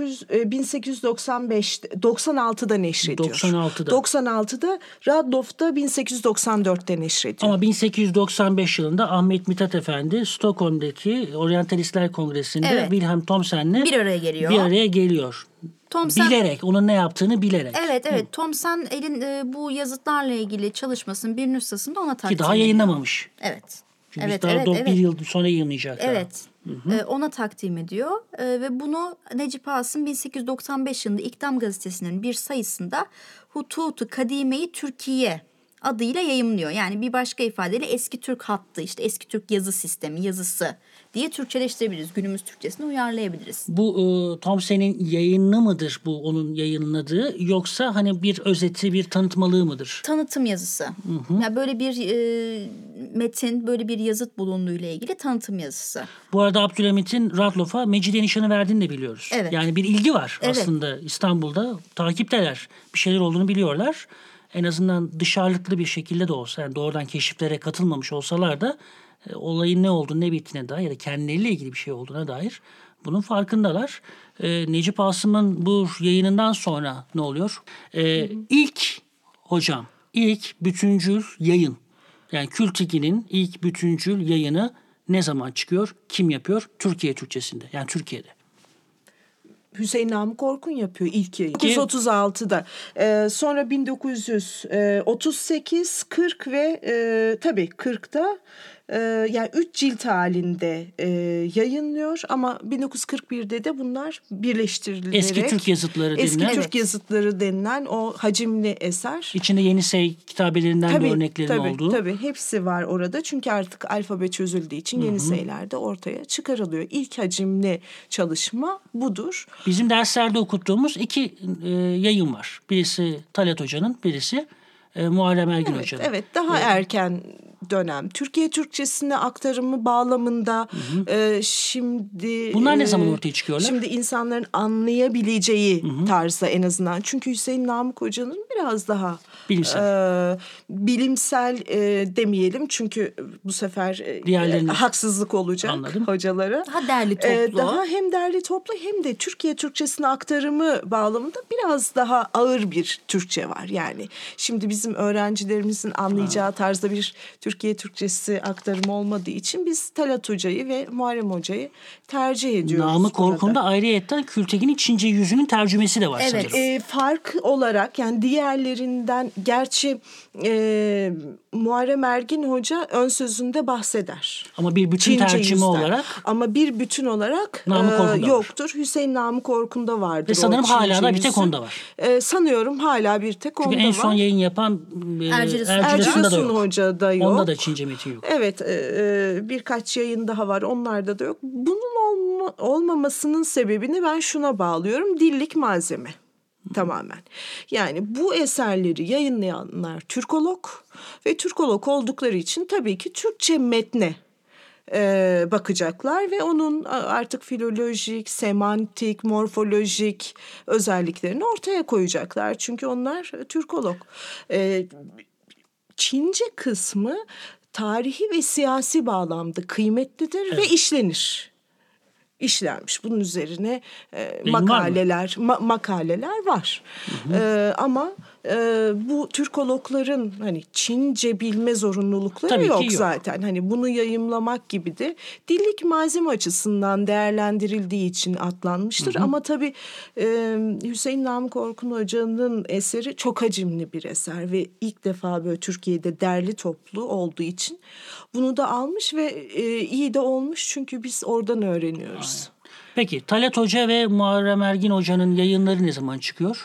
1896'da neşrediyor. 96'da Radloff da 1894'te neşrediyor. Ama 1895 yılında Ahmet Mithat Efendi Stockholm'deki Oryantalistler Kongresi'nde Wilhelm Thomson'le bir araya geliyor. Thomson, bilerek, onun ne yaptığını bilerek. Evet. Thomson bu yazıtlarla ilgili çalışmasının bir nüshasını da ona takdim ediyor. Ki daha yayınlamamış. Evet. Çünkü bir yıl sonra yayınlayacak. Evet. Ona takdim ediyor ve bunu Necip Asım 1895 yılında İktam Gazetesi'nin bir sayısında Hututu Kadime-i Türkiye adıyla yayımlıyor. Yani bir başka ifadeyle eski Türk hattı, işte eski Türk yazı sistemi, yazısı diye Türkçeleştirebiliriz. Günümüz Türkçesine uyarlayabiliriz. Bu Thomson'un yayını mıdır bu onun yayınladığı yoksa hani bir özeti, bir tanıtmalığı mıdır? Tanıtım yazısı. Yani böyle bir metin, böyle bir yazıt bulunduğuyla ilgili tanıtım yazısı. Bu arada Abdülhamit'in Radloff'a Mecidiye nişanı verdiğini de biliyoruz. Evet. Yani bir ilgi var aslında İstanbul'da. Takipteler. Bir şeyler olduğunu biliyorlar. En azından dışarılıklı bir şekilde de olsa, yani doğrudan keşiflere katılmamış olsalar da olayın ne olduğunu, ne bittiğine dair ya da kendileriyle ilgili bir şey olduğuna dair bunun farkındalar. Necip Asım'ın bu yayınından sonra ne oluyor? İlk bütüncül yayın, yani Kültigin'in ilk bütüncül yayını ne zaman çıkıyor? Kim yapıyor? Türkiye Türkçesinde, yani Türkiye'de. Hüseyin Namık Orkun yapıyor ilk yayını. 1936'da. Sonra 1938, 40 ve tabii 40'da yani 3 cilt halinde yayınlıyor ama 1941'de de bunlar birleştirilerek Eski Türk yazıtları denilen. Eski Türk yazıtları denilen o hacimli eser. İçinde Yenisey kitabelerinden de örneklerin olduğu. Tabii hepsi var orada. Çünkü artık alfabe çözüldüğü için Yeniseyler de ortaya çıkarılıyor. İlk hacimli çalışma budur. Bizim derslerde okuttuğumuz 2 yayın var. Birisi Talat Hoca'nın, birisi Muharrem Ergin Hoca'nın. Evet, daha erken dönem. Türkiye Türkçesine aktarımı bağlamında şimdi... Bunlar ne zaman ortaya çıkıyorlar? Şimdi insanların anlayabileceği tarzda en azından. Çünkü Hüseyin Namık Hoca'nın biraz daha bilimsel demeyelim. Çünkü bu sefer haksızlık olacak hocalara. Daha derli toplu. Daha hem derli toplu hem de Türkiye Türkçesine aktarımı bağlamında biraz daha ağır bir Türkçe var. Yani şimdi bizim öğrencilerimizin anlayacağı tarzda bir Türkiye Türkçesi aktarımı olmadığı için biz Talat Hoca'yı ve Muharrem Hoca'yı tercih ediyoruz. Namık Orkun'da ayrıyetten Kültekin'in Çince yüzünün tercümesi de var sanırım. Fark olarak yani diğerlerinden gerçi Muharrem Ergin Hoca ön sözünde bahseder. Ama bir bütün tercüme olarak. Ama bir bütün olarak yoktur. Hüseyin Namık Orkun'da vardır. Ve sanırım hala da bir tek onda var. Sanıyorum hala bir tek onda var. Çünkü en son yayın yapan Ercüle Sun Hoca'da yok. Onda da Çince metin yok. Evet, birkaç yayın daha var. Onlarda da yok. Bunun olmamasının sebebini ben şuna bağlıyorum. Dillik malzeme. Tamamen. Yani bu eserleri yayınlayanlar Türkolog ve Türkolog oldukları için tabii ki Türkçe metne bakacaklar ve onun artık filolojik, semantik, morfolojik özelliklerini ortaya koyacaklar. Çünkü onlar Türkolog. Çince kısmı tarihi ve siyasi bağlamda kıymetlidir ve işlenmiş. Bunun üzerine makaleler var. Ama bu Türkologların hani Çince bilme zorunlulukları yok zaten. Hani bunu yayımlamak gibi de dillik malzeme açısından değerlendirildiği için atlanmıştır. Ama tabii Hüseyin Namık Orkun Hoca'nın eseri çok hacimli bir eser ve ilk defa böyle Türkiye'de derli toplu olduğu için bunu da almış ve iyi de olmuş çünkü biz oradan öğreniyoruz. Peki Talat Hoca ve Muharrem Ergin Hoca'nın yayınları ne zaman çıkıyor?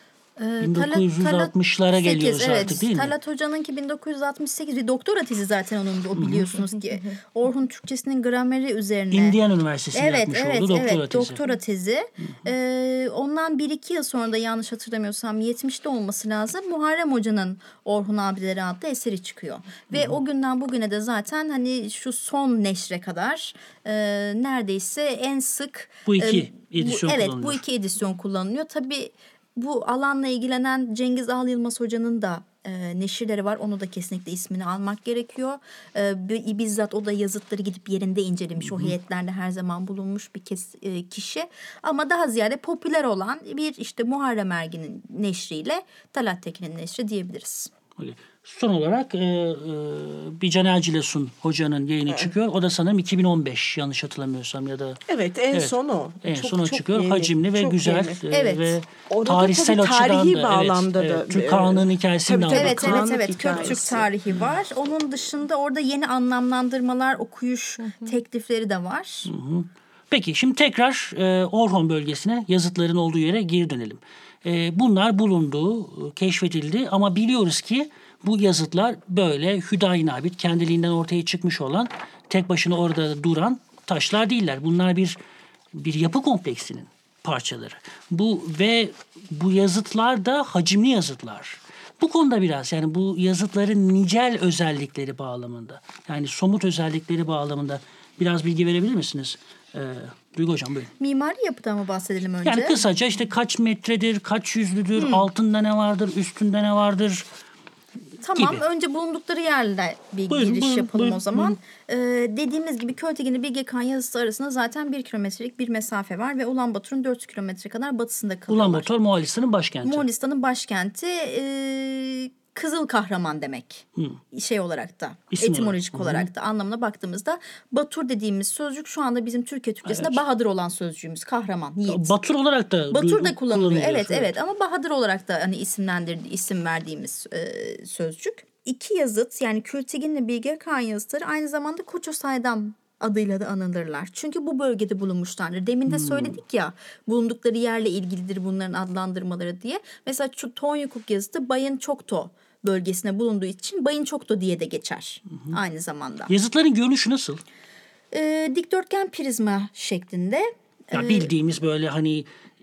1960'lara geliyoruz artık değil mi? Talat Hoca'nınki 1968 bir doktora tezi zaten onun o biliyorsunuz ki. Orhun Türkçesinin grameri üzerine. Indiana Üniversitesi'nde yapmış olduğu doktora tezi. Ondan 1-2 yıl sonra da yanlış hatırlamıyorsam 70'te olması lazım. Muharrem Hoca'nın Orhun Abileri adlı eseri çıkıyor. Ve o günden bugüne de zaten hani şu son neşre kadar neredeyse en sık bu iki edisyon kullanılıyor. Evet, bu 2 edisyon kullanılıyor. Tabii bu alanla ilgilenen Cengiz Al Yılmaz Hoca'nın da neşirleri var. Onu da kesinlikle ismini almak gerekiyor. Bizzat o da yazıtları gidip yerinde incelemiş. O heyetlerde her zaman bulunmuş bir kişi. Ama daha ziyade popüler olan bir işte Muharrem Ergin'in neşriyle Talat Tekin'in neşri diyebiliriz. Son olarak bir Can Ercüle Sun Hoca'nın yayını çıkıyor. O da sanırım 2015 yanlış hatırlamıyorsam ya da. Evet en son o. En son o çıkıyor. Yeni, hacimli ve güzel ve orada tarihsel açıdan tarihi bağlamda da. Türk Kağan'ın hikayesini de anlatıyor. Evet. Köktürk tarihi var. Onun dışında orada yeni anlamlandırmalar, okuyuş teklifleri de var. Peki şimdi tekrar Orhon bölgesine yazıtların olduğu yere geri dönelim. Bunlar bulundu, keşfedildi ama biliyoruz ki bu yazıtlar böyle hüdayinabit kendiliğinden ortaya çıkmış olan tek başına orada duran taşlar değiller. Bunlar bir yapı kompleksinin parçaları. Bu yazıtlar da hacimli yazıtlar. Bu konuda biraz yani bu yazıtların nicel özellikleri bağlamında yani somut özellikleri bağlamında biraz bilgi verebilir misiniz? Duygu Hocam buyurun. Mimari yapıdan mı bahsedelim önce? Yani kısaca işte kaç metredir, kaç yüzlüdür, altında ne vardır, üstünde ne vardır Tamam gibi. Önce bulundukları yerle bir giriş yapalım o zaman. Dediğimiz gibi Költekin Bilge Kağan yazısı arasında zaten 1 kilometrelik bir mesafe var ve Ulanbator'un 400 kilometre kadar batısında kalıyorlar. Ulanbator Moğolistan'ın başkenti. Moğolistan'ın başkenti Kızıl Kahraman demek. Şey olarak da, etimolojik olarak da anlamına baktığımızda Batur dediğimiz sözcük şu anda bizim Türkiye Türkçesinde Bahadır olan sözcüğümüz. Kahraman, yiğit. Batur olarak da Batur da kullanılıyor. Evet ama Bahadır olarak da hani isim verdiğimiz sözcük. iki yazıt yani Kültigin'le Bilge Kağan yazıtları aynı zamanda Koçosaydam adıyla da anılırlar. Çünkü bu bölgede bulunmuşlardır. Demin de söyledik ya, bulundukları yerle ilgilidir bunların adlandırmaları diye. Mesela şu Tonyukuk yazıtı Bayın Çokto bölgesine bulunduğu için Bayın Çokto diye de geçer aynı zamanda. Yazıtların görünüşü nasıl? Dikdörtgen prizma şeklinde. Ya bildiğimiz böyle hani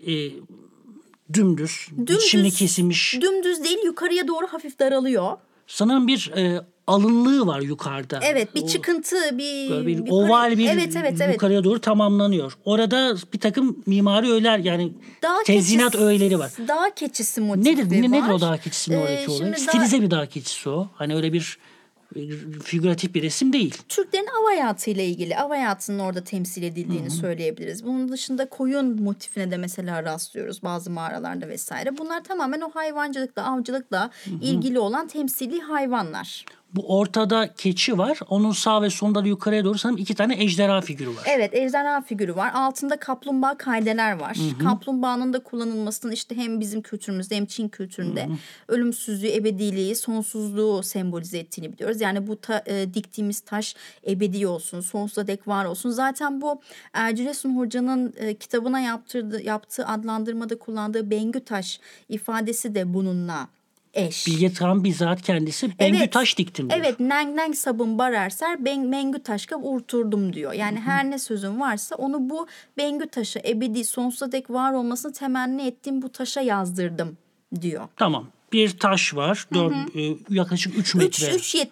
dümdüz, biçimli kesilmiş. Dümdüz değil, yukarıya doğru hafif daralıyor. Sanırım bir alınlığı var yukarıda. Evet, bir çıkıntı, bir oval bir yukarıya doğru tamamlanıyor. Orada bir takım mimari öğeler yani tezyinat öğeleri var. Dağ keçisi motifi var. Nedir o dağ keçisinin oradaki olay? Stilize bir dağ keçisi o. Hani öyle bir figüratif bir resim değil. Türklerin av hayatıyla ilgili, av hayatının orada temsil edildiğini söyleyebiliriz. Bunun dışında koyun motifine de mesela rastlıyoruz bazı mağaralarda vesaire. Bunlar tamamen o hayvancılıkla, avcılıkla ilgili olan temsili hayvanlar. Bu ortada keçi var. Onun sağ ve solunda da yukarıya doğru sanırım 2 tane ejderha figürü var. Evet, ejderha figürü var. Altında kaplumbağa kaydeler var. Kaplumbağanın da kullanılmasının işte hem bizim kültürümüzde hem Çin kültüründe ölümsüzlüğü, ebediliği, sonsuzluğu sembolize ettiğini biliyoruz. Yani bu diktiğimiz taş ebedi olsun, sonsuza dek var olsun. Zaten bu Ercüresun Hoca'nın kitabına yaptığı adlandırmada kullandığı Bengü taş ifadesi de bununla eş. Bilge Kağan bizzat kendisi Bengü taş diktim diyor. Evet, neng sabun bar erser, Bengü taşka urturdum diyor. Yani her ne sözün varsa onu bu Bengü taşı ebedi sonsuza dek var olmasını temenni ettiğim bu taşa yazdırdım diyor. Tamam. Bir taş var. Yaklaşık 3 metre.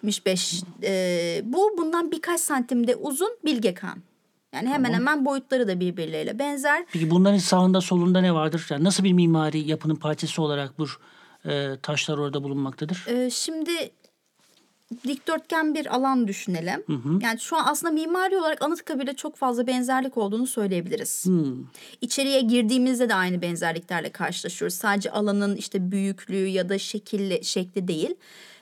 3.75. Bundan birkaç santimde uzun Bilge Kağan. Yani hemen boyutları da birbirleriyle benzer. Peki bunların sağında solunda ne vardır? Yani nasıl bir mimari yapının parçası olarak bu taşlar orada bulunmaktadır? Şimdi dikdörtgen bir alan düşünelim. Yani şu an aslında mimari olarak Anıtkabir'le çok fazla benzerlik olduğunu söyleyebiliriz. İçeriye girdiğimizde de aynı benzerliklerle karşılaşıyoruz. Sadece alanın işte büyüklüğü ya da şekli değil.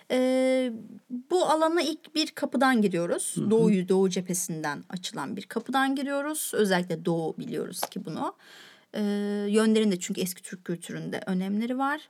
Bu alana ilk bir kapıdan giriyoruz. Doğu cephesinden açılan bir kapıdan giriyoruz. Özellikle doğu biliyoruz ki bunu. Yönlerinde çünkü eski Türk kültüründe önemleri var.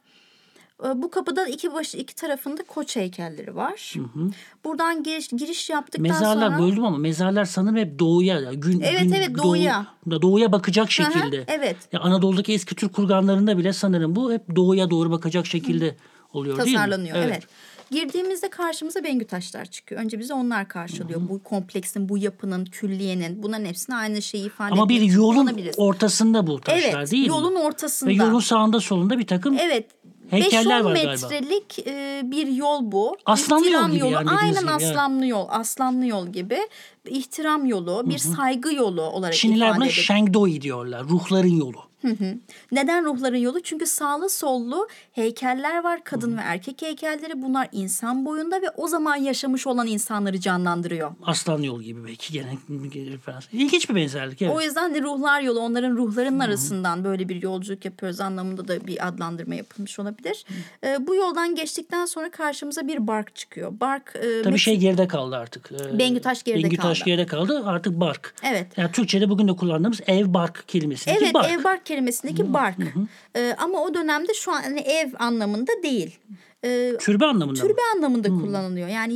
Bu kapıda iki tarafında koç heykelleri var. Buradan giriş yaptıktan sonra... Mezarlar böldüm ama mezarlar sanırım hep doğuya. Evet doğuya. Doğuya bakacak şekilde. Evet. Ya Anadolu'daki eski Türk kurganlarında bile sanırım bu hep doğuya doğru bakacak şekilde oluyor değil mi? Tasarlanıyor evet. Girdiğimizde karşımıza Bengü taşlar çıkıyor. Önce bizi onlar karşılıyor. Bu kompleksin, bu yapının, külliyenin bunların hepsine aynı şeyi ifade ediyor. Ama bir yolun ortasında bu taşlar değil mi? Yolun ortasında. Ve yolun sağında solunda bir takım heykeller var galiba. 5-10 metrelik bir yol bu. Aslanlı yol gibi yolu. yani. Aynen aslanlı yol gibi. İhtiram yolu, bir saygı yolu olarak Çinliler ifade buna edilir. Shengdoi diyorlar. Ruhların yolu. Neden ruhların yolu? Çünkü sağlı sollu heykeller var. Kadın ve erkek heykelleri. Bunlar insan boyunda ve o zaman yaşamış olan insanları canlandırıyor. Aslan yolu gibi belki gene referans. İlginç bir benzerlik. Evet. O yüzden de ruhlar yolu, onların ruhlarının arasından böyle bir yolculuk yapıyoruz anlamında da bir adlandırma yapılmış olabilir. Bu yoldan geçtikten sonra karşımıza bir bark çıkıyor. Bark tabii geride kaldı artık. Bengü taş geride kaldı. Artık bark. Evet. Yani Türkçe'de bugün de kullandığımız ev bark kelimesindeki bark. Evet, ev bark kelimesindeki bark. Ama o dönemde şu an ev anlamında değil. Türbe anlamında Türbe anlamında kullanılıyor. Yani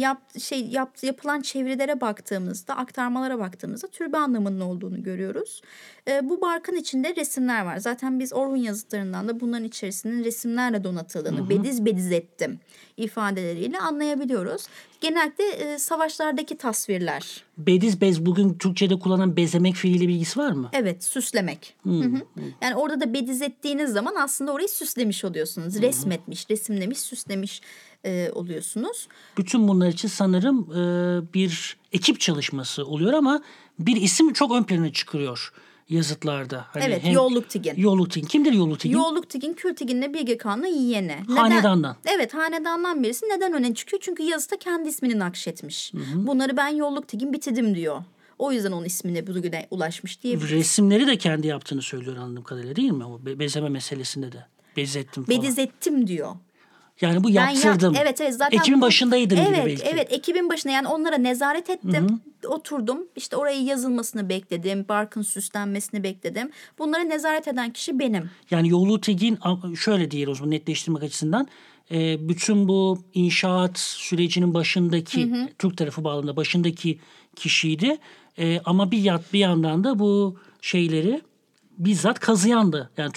yapılan çevirilere baktığımızda, aktarmalara baktığımızda türbe anlamının olduğunu görüyoruz. Bu barkın içinde resimler var. Zaten biz Orhun yazıtlarından da bunların içerisinin resimlerle donatıldığını, bediz ettim ifadeleriyle anlayabiliyoruz. Genellikle savaşlardaki tasvirler. Bez bugün Türkçe'de kullanılan bezemek fiiliyle bilgisi var mı? Evet, süslemek. Yani orada da bediz ettiğiniz zaman aslında orayı süslemiş oluyorsunuz. Resmetmiş, resimlemiş, süslemiş oluyorsunuz. Bütün bunlar için sanırım bir ekip çalışması oluyor ama bir isim çok ön plana çıkıyor yazıtlarda. Hani evet, Yolluktigin. Yolluktigin. Kimdir Yolluktigin? Yolluktigin, Kültigin'le Bilge Kağan'ın yeğeni. Hanedandan. Evet, hanedandan birisi. Neden öne çıkıyor? Çünkü yazıda kendi ismini nakşetmiş. Bunları ben Yolluktigin bitirdim diyor. O yüzden onun ismine bugüne ulaşmış diyebiliriz. Resimleri de kendi yaptığını söylüyor anladığım kadarıyla değil mi? O bezeme meselesinde de. Bezettim falan. Bediz ettim diyor. Yani bu yaptırdım. Evet zaten. Ekibin başındaydım gibi belki. Evet, ekibin başında yani onlara nezaret ettim. Oturdum işte orayı yazılmasını bekledim. Barkın süslenmesini bekledim. Bunlara nezaret eden kişi benim. Yani Yolluktigin şöyle diyelim o zaman netleştirmek açısından. bütün bu inşaat sürecinin başındaki Türk tarafı bağlamında başındaki kişiydi. Ama bir yandan da bu şeyleri bizzat kazıyan da, yani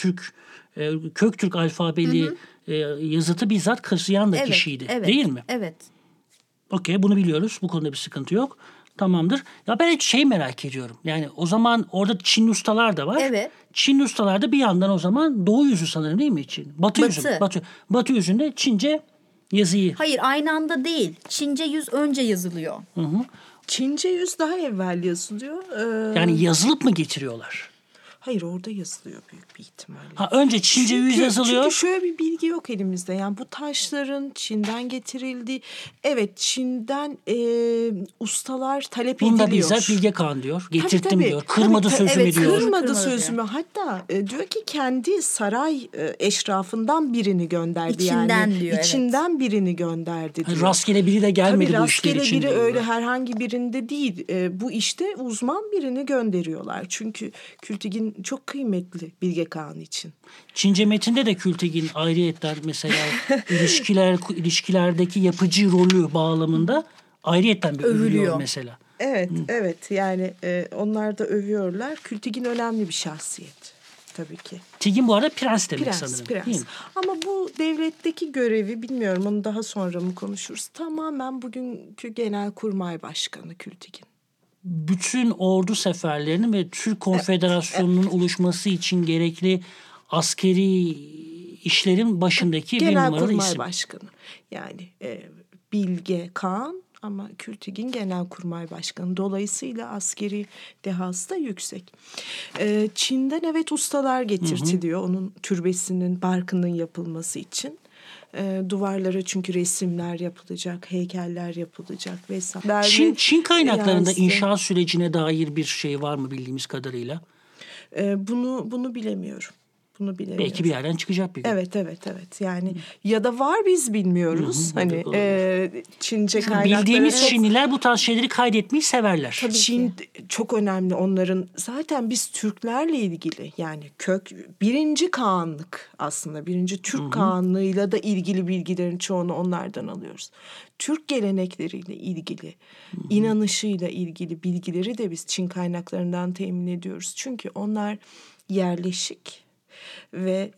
Köktürk alfabeli yazıtı bizzat kazıyan da kişiydi. Değil mi? Evet. Okey, bunu biliyoruz. Bu konuda bir sıkıntı yok. Tamamdır. Ya ben hiç merak ediyorum. Yani o zaman orada Çinli ustalar da var. Evet. Çinli ustalar da bir yandan o zaman Doğu yüzü sanırım, değil mi Çin? Batı yüzü. Batı yüzünde Çince yazıyı. Hayır, aynı anda değil. Çince yüz önce yazılıyor. Çince yüz daha evvel yazılıyor. Yani yazılıp mı getiriyorlar? Hayır, orada yazılıyor büyük bir ihtimalle. Önce Çince yüz yazılıyor. Çünkü şöyle bir bilgi yok elimizde. Yani bu taşların Çin'den getirildiği, evet, Çin'den ustalar talep ediliyor. Bunda bizzat Bilge Kağan diyor. Getirttim Tabii, diyor. Kırmadı sözümü diyor. Kırmadı sözümü. Hatta diyor ki kendi saray eşrafından birini gönderdi. İçinden diyor. İçinden birini gönderdi diyor. Rastgele biri de gelmedi Tabii, bu işler için. rastgele biri diyorlar. öyle herhangi birinde değil. Bu işte uzman birini gönderiyorlar. Çünkü Kültigin çok kıymetli Bilge Kağan için. Çince metinde de Kültigin ayrıyetten mesela ilişkilerdeki yapıcı rolü bağlamında ayrıyetten bir övülüyor mesela. Evet, evet. Yani onlar da övüyorlar. Kültigin önemli bir şahsiyet tabii ki. Tigin bu arada prens demek sanırım. Prens. Değil mi? Ama bu devletteki görevi bilmiyorum, onu daha sonra mı konuşuruz? Tamamen bugünkü Genelkurmay Başkanı Kültigin. Bütün ordu seferlerinin ve Türk Konfederasyonu'nun oluşması için gerekli askeri işlerin başındaki bir numaralı Genelkurmay isim. Başkanı. Yani Bilge Kağan ama Kültigin Genelkurmay Başkanı. Dolayısıyla askeri dehası da yüksek. Çin'den evet ustalar getirtiliyor. Onun türbesinin, barkının yapılması için. Duvarlara çünkü resimler yapılacak, heykeller yapılacak vesaire. Çin kaynaklarında inşaat sürecine dair bir şey var mı bildiğimiz kadarıyla? Bunu bilemiyorum. Bunu bilemiyorum. Belki bir yerden çıkacak bir gün. Evet. Yani ya da var, biz bilmiyoruz. Hani Çince kaynakları. Bildiğimiz Çinliler bu tarz şeyleri kaydetmeyi severler. Tabii Çin çok önemli onların. Zaten biz Türklerle ilgili, yani birinci Kağanlık aslında, birinci Türk Kağanlığıyla da ilgili bilgilerin çoğunu onlardan alıyoruz. Türk gelenekleriyle ilgili, inanışıyla ilgili bilgileri de biz Çin kaynaklarından temin ediyoruz. Çünkü onlar yerleşik ve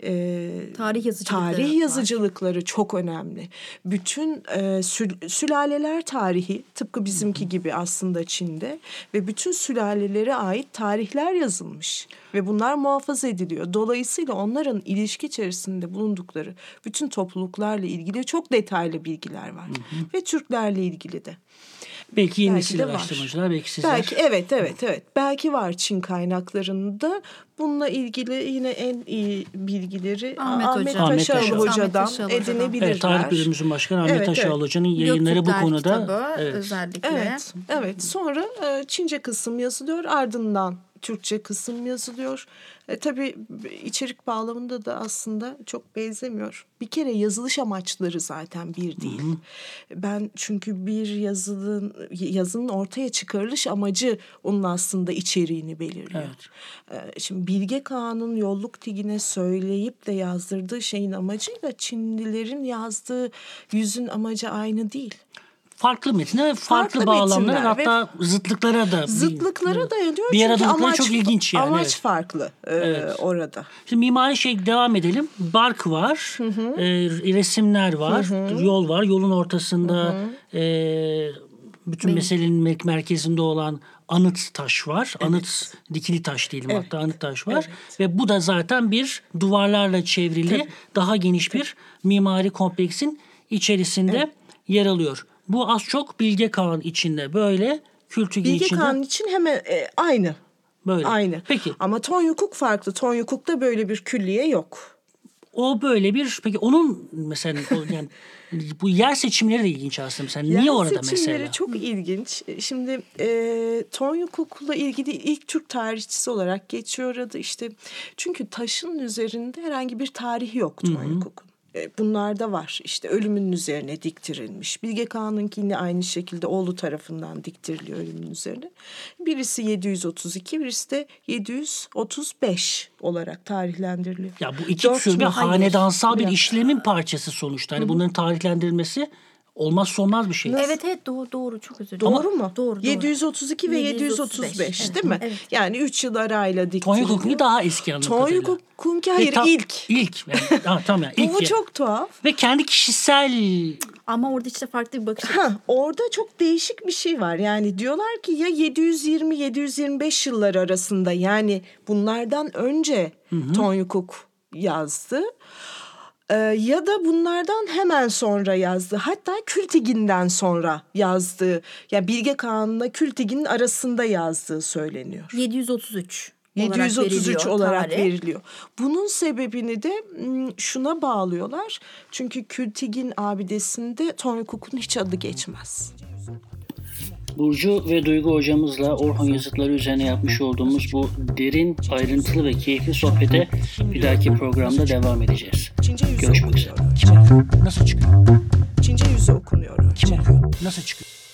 tarih yazıcılıkları çok önemli. Bütün sülaleler tarihi tıpkı bizimki gibi aslında Çin'de ve bütün sülalelere ait tarihler yazılmış ve bunlar muhafaza ediliyor. Dolayısıyla onların ilişki içerisinde bulundukları bütün topluluklarla ilgili çok detaylı bilgiler var. Ve Türklerle ilgili de. Belki yeni nesil araştırmacılar, belki sizler. Belki evet. Belki var Çin kaynaklarında. Bununla ilgili yine en iyi bilgileri Ahmet Taşalı Hoca'dan edinebilirler. Evet, tarih bölümümüzün başkanı Ahmet Taşalı Hoca'nın yayınları bu konuda. Kitabı, özellikle. Evet. Sonra Çince kısım yazılıyor, ardından Türkçe kısım yazılıyor. Tabii içerik bağlamında da aslında çok benzemiyor. Bir kere yazılış amaçları zaten bir değil. Ben çünkü bir yazının ortaya çıkarılış amacı onun aslında içeriğini belirliyor. Evet. Şimdi Bilge Kağan'ın Yolluk Tigi'ne söyleyip de yazdırdığı şeyin amacıyla Çinlilerin yazdığı yüzün amacı aynı değil. Farklı metinler, farklı bağlamlara, hatta zıtlıklara dayanıyor. Bir çünkü aradıkları çok ilginç yani. Amaç farklı orada. Şimdi mimari devam edelim. Bark var, resimler var, yol var. Yolun ortasında bütün meselenin merkezinde olan anıt taş var. Anıt dikili taş diyelim hatta, anıt taş var. Ve bu da zaten bir duvarlarla çevrili daha geniş bir mimari kompleksin içerisinde yer alıyor. Bu az çok Bilge Kağan içinde böyle, Kültigin içinde. Bilge Kağan için hemen aynı. Böyle. Aynı. Peki. Ama Tonyukuk farklı. Tonyukuk'ta böyle bir külliye yok. O böyle bir, peki onun mesela yani bu yer seçimleri de ilginç aslında. Mesela niye orada mesela? Yer seçimleri çok ilginç. Şimdi Tonyukuk'la ilgili ilk Türk tarihçisi olarak geçiyor adı işte. Çünkü taşın üzerinde herhangi bir tarihi yok Tonyukuk'un. Bunlarda var. İşte ölümün üzerine diktirilmiş. Bilge Kağan'ınki yine aynı şekilde oğlu tarafından diktiriliyor ölümün üzerine. Birisi 732, birisi de 735 olarak tarihlendiriliyor. Ya bu iki türlü hanedansal bir işlemin parçası sonuçta. Hani bunların tarihlendirilmesi olmazsa olmaz bir şey. Evet doğru çok özür dilerim. Doğru mu? Doğru. 732 ve 735 evet. değil mi? Evet. Yani 3 yıl arayla diktiriliyor. Tonyukuk'un daha eski anladığım kadarıyla. Tonyukuk'unki hayır ilk. İlk. Yani, tamam yani ilk. Bu çok tuhaf. Ve kendi kişisel... Ama orada işte farklı bir bakış Orada çok değişik bir şey var. Yani diyorlar ki ya 720-725 yılları arasında, yani bunlardan önce Tonyukuk yazdı. Ya da bunlardan hemen sonra yazdı. Hatta Kültigin'den sonra yazdığı, yani Bilge Kağan'la Kültigin'in arasında yazdığı söyleniyor. 733. 733 olarak veriliyor. Bunun sebebini de şuna bağlıyorlar. Çünkü Kültigin abidesinde Tonyukuk'un hiç adı geçmez. Burcu ve Duygu hocamızla Orhun yazıtları üzerine yapmış olduğumuz bu derin, ayrıntılı ve keyifli sohbete bir dahaki programda devam edeceğiz. Görüşmek üzere. Çince Nasıl çıkıyor? Çince yüzü okunuyor. Kim okuyor? Nasıl çıkıyor?